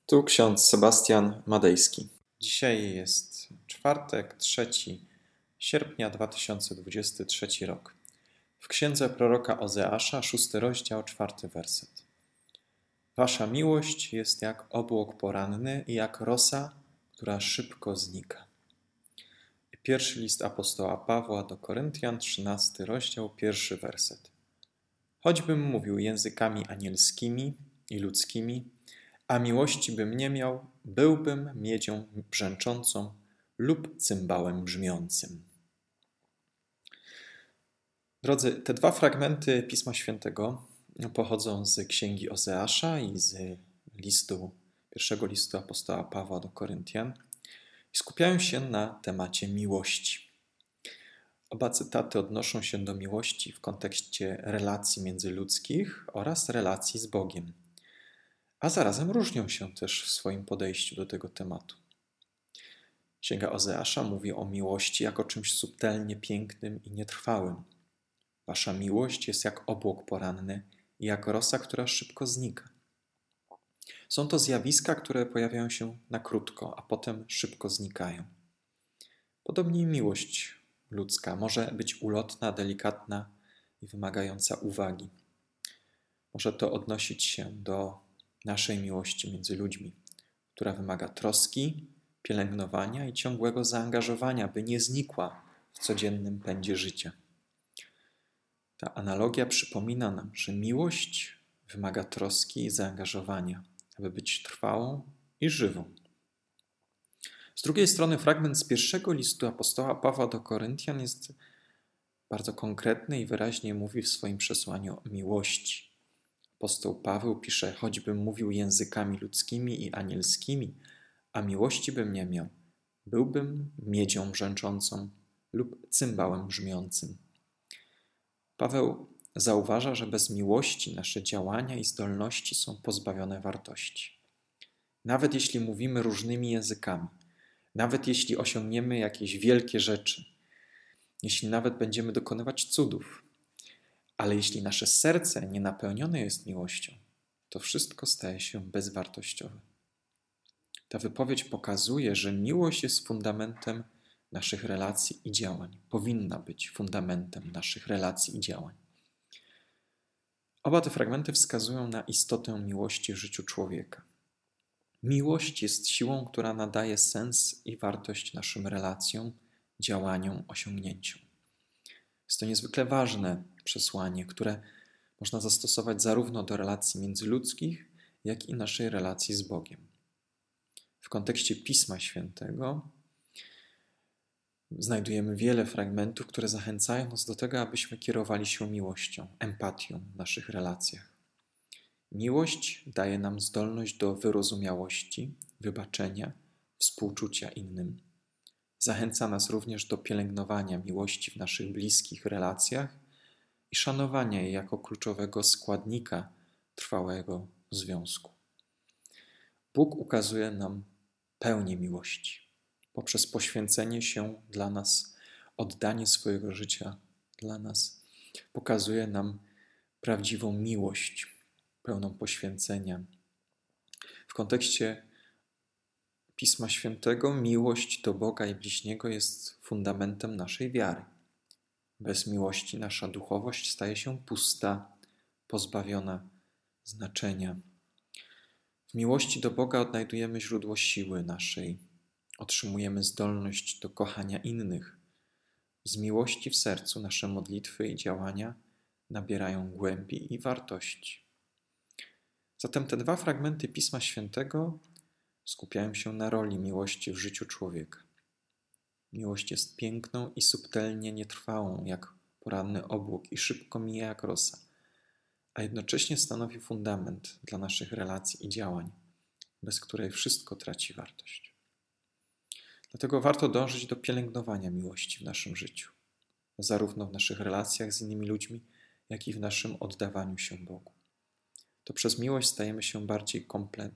Tu ksiądz Sebastian Madejski. Dzisiaj jest czwartek, 3 sierpnia 2023 rok. W księdze proroka Ozeasza, 6 rozdział, 4 werset. Wasza miłość jest jak obłok poranny i jak rosa, która szybko znika. Pierwszy list apostoła Pawła do Koryntian, 13 rozdział, 1 werset. Choćbym mówił językami anielskimi i ludzkimi, a miłości bym nie miał, byłbym miedzią brzęczącą lub cymbałem brzmiącym. Drodzy, te dwa fragmenty Pisma Świętego pochodzą z księgi Ozeasza i z pierwszego listu apostoła Pawła do Koryntian i skupiają się na temacie miłości. Oba cytaty odnoszą się do miłości w kontekście relacji międzyludzkich oraz relacji z Bogiem, a zarazem różnią się też w swoim podejściu do tego tematu. Księga Ozeasza mówi o miłości jako czymś subtelnie pięknym i nietrwałym. Wasza miłość jest jak obłok poranny i jak rosa, która szybko znika. Są to zjawiska, które pojawiają się na krótko, a potem szybko znikają. Podobnie miłość ludzka może być ulotna, delikatna i wymagająca uwagi. Może to odnosić się do naszej miłości między ludźmi, która wymaga troski, pielęgnowania i ciągłego zaangażowania, by nie znikła w codziennym pędzie życia. Ta analogia przypomina nam, że miłość wymaga troski i zaangażowania, aby być trwałą i żywą. Z drugiej strony fragment z pierwszego listu apostoła Pawła do Koryntian jest bardzo konkretny i wyraźnie mówi w swoim przesłaniu o miłości. Apostoł Paweł pisze, choćbym mówił językami ludzkimi i anielskimi, a miłości bym nie miał, byłbym miedzią brzęczącą lub cymbałem brzmiącym. Paweł zauważa, że bez miłości nasze działania i zdolności są pozbawione wartości. Nawet jeśli mówimy różnymi językami, nawet jeśli osiągniemy jakieś wielkie rzeczy, jeśli nawet będziemy dokonywać cudów, ale jeśli nasze serce nie napełnione jest miłością, to wszystko staje się bezwartościowe. Ta wypowiedź pokazuje, że miłość jest fundamentem naszych relacji i działań. Powinna być fundamentem naszych relacji i działań. Oba te fragmenty wskazują na istotę miłości w życiu człowieka. Miłość jest siłą, która nadaje sens i wartość naszym relacjom, działaniom, osiągnięciom. Jest to niezwykle ważne przesłanie, które można zastosować zarówno do relacji międzyludzkich, jak i naszej relacji z Bogiem. W kontekście Pisma Świętego znajdujemy wiele fragmentów, które zachęcają nas do tego, abyśmy kierowali się miłością, empatią w naszych relacjach. Miłość daje nam zdolność do wyrozumiałości, wybaczenia, współczucia innym. Zachęca nas również do pielęgnowania miłości w naszych bliskich relacjach i szanowania jej jako kluczowego składnika trwałego związku. Bóg ukazuje nam pełnię miłości poprzez poświęcenie się dla nas, oddanie swojego życia dla nas. Pokazuje nam prawdziwą miłość, pełną poświęcenia. W kontekście Pisma Świętego miłość do Boga i bliźniego jest fundamentem naszej wiary. Bez miłości nasza duchowość staje się pusta, pozbawiona znaczenia. W miłości do Boga odnajdujemy źródło siły naszej. Otrzymujemy zdolność do kochania innych. Z miłości w sercu nasze modlitwy i działania nabierają głębi i wartości. Zatem te dwa fragmenty Pisma Świętego skupiają się na roli miłości w życiu człowieka. Miłość jest piękną i subtelnie nietrwałą, jak poranny obłok i szybko mija jak rosa, a jednocześnie stanowi fundament dla naszych relacji i działań, bez której wszystko traci wartość. Dlatego warto dążyć do pielęgnowania miłości w naszym życiu, zarówno w naszych relacjach z innymi ludźmi, jak i w naszym oddawaniu się Bogu. To przez miłość stajemy się bardziej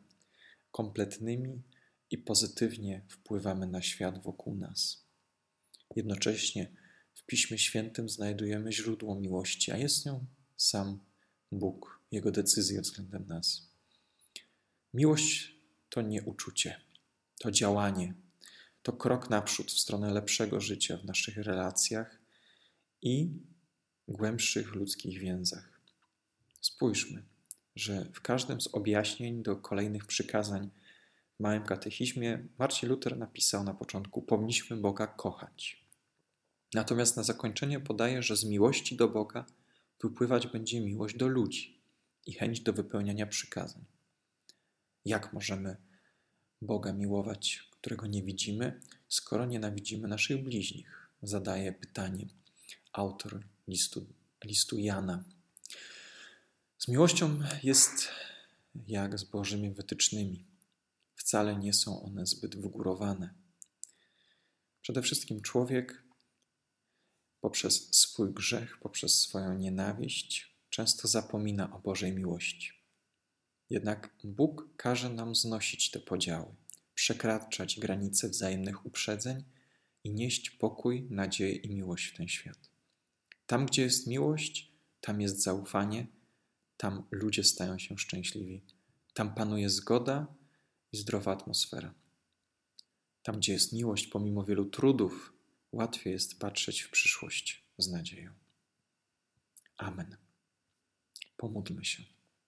kompletnymi i pozytywnie wpływamy na świat wokół nas. Jednocześnie w Piśmie Świętym znajdujemy źródło miłości, a jest nią sam Bóg, Jego decyzje względem nas. Miłość to nie uczucie, to działanie, to krok naprzód w stronę lepszego życia w naszych relacjach i głębszych ludzkich więzach. Spójrzmy, że w każdym z objaśnień do kolejnych przykazań w Małym Katechizmie Marcin Luter napisał na początku: powinniśmy Boga kochać. Natomiast na zakończenie podaje, że z miłości do Boga wypływać będzie miłość do ludzi i chęć do wypełniania przykazań. Jak możemy Boga miłować, którego nie widzimy, skoro nienawidzimy naszych bliźnich? Zadaje pytanie autor listu Jana. Z miłością jest jak z Bożymi wytycznymi. Wcale nie są one zbyt wygórowane. Przede wszystkim człowiek poprzez swój grzech, poprzez swoją nienawiść często zapomina o Bożej miłości. Jednak Bóg każe nam znosić te podziały, przekraczać granice wzajemnych uprzedzeń i nieść pokój, nadzieję i miłość w ten świat. Tam, gdzie jest miłość, tam jest zaufanie, tam ludzie stają się szczęśliwi. Tam panuje zgoda i zdrowa atmosfera. Tam, gdzie jest miłość, pomimo wielu trudów, łatwiej jest patrzeć w przyszłość z nadzieją. Amen. Pomódlmy się.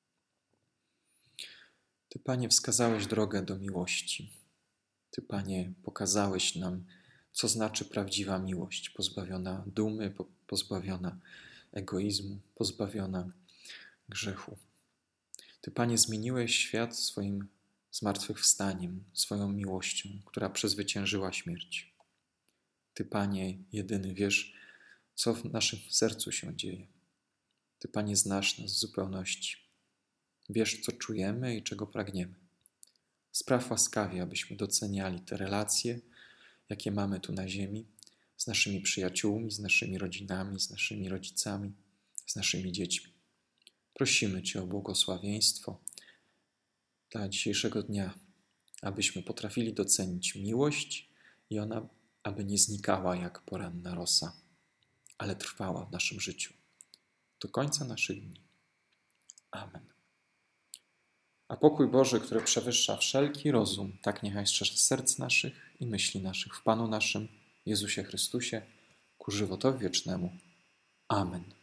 Ty, Panie, wskazałeś drogę do miłości. Ty, Panie, pokazałeś nam, co znaczy prawdziwa miłość, pozbawiona dumy, pozbawiona egoizmu, pozbawiona grzechu. Ty, Panie, zmieniłeś świat swoim zmartwychwstaniem, swoją miłością, która przezwyciężyła śmierć. Ty, Panie, jedyny wiesz, co w naszym sercu się dzieje. Ty, Panie, znasz nas w zupełności. Wiesz, co czujemy i czego pragniemy. Spraw łaskawie, abyśmy doceniali te relacje, jakie mamy tu na ziemi, z naszymi przyjaciółmi, z naszymi rodzinami, z naszymi rodzicami, z naszymi dziećmi. Prosimy Cię o błogosławieństwo dla dzisiejszego dnia, abyśmy potrafili docenić miłość i ona, aby nie znikała jak poranna rosa, ale trwała w naszym życiu do końca naszych dni. Amen. A pokój Boży, który przewyższa wszelki rozum, tak niechaj strzeże serc naszych i myśli naszych w Panu naszym, Jezusie Chrystusie, ku żywotowi wiecznemu. Amen.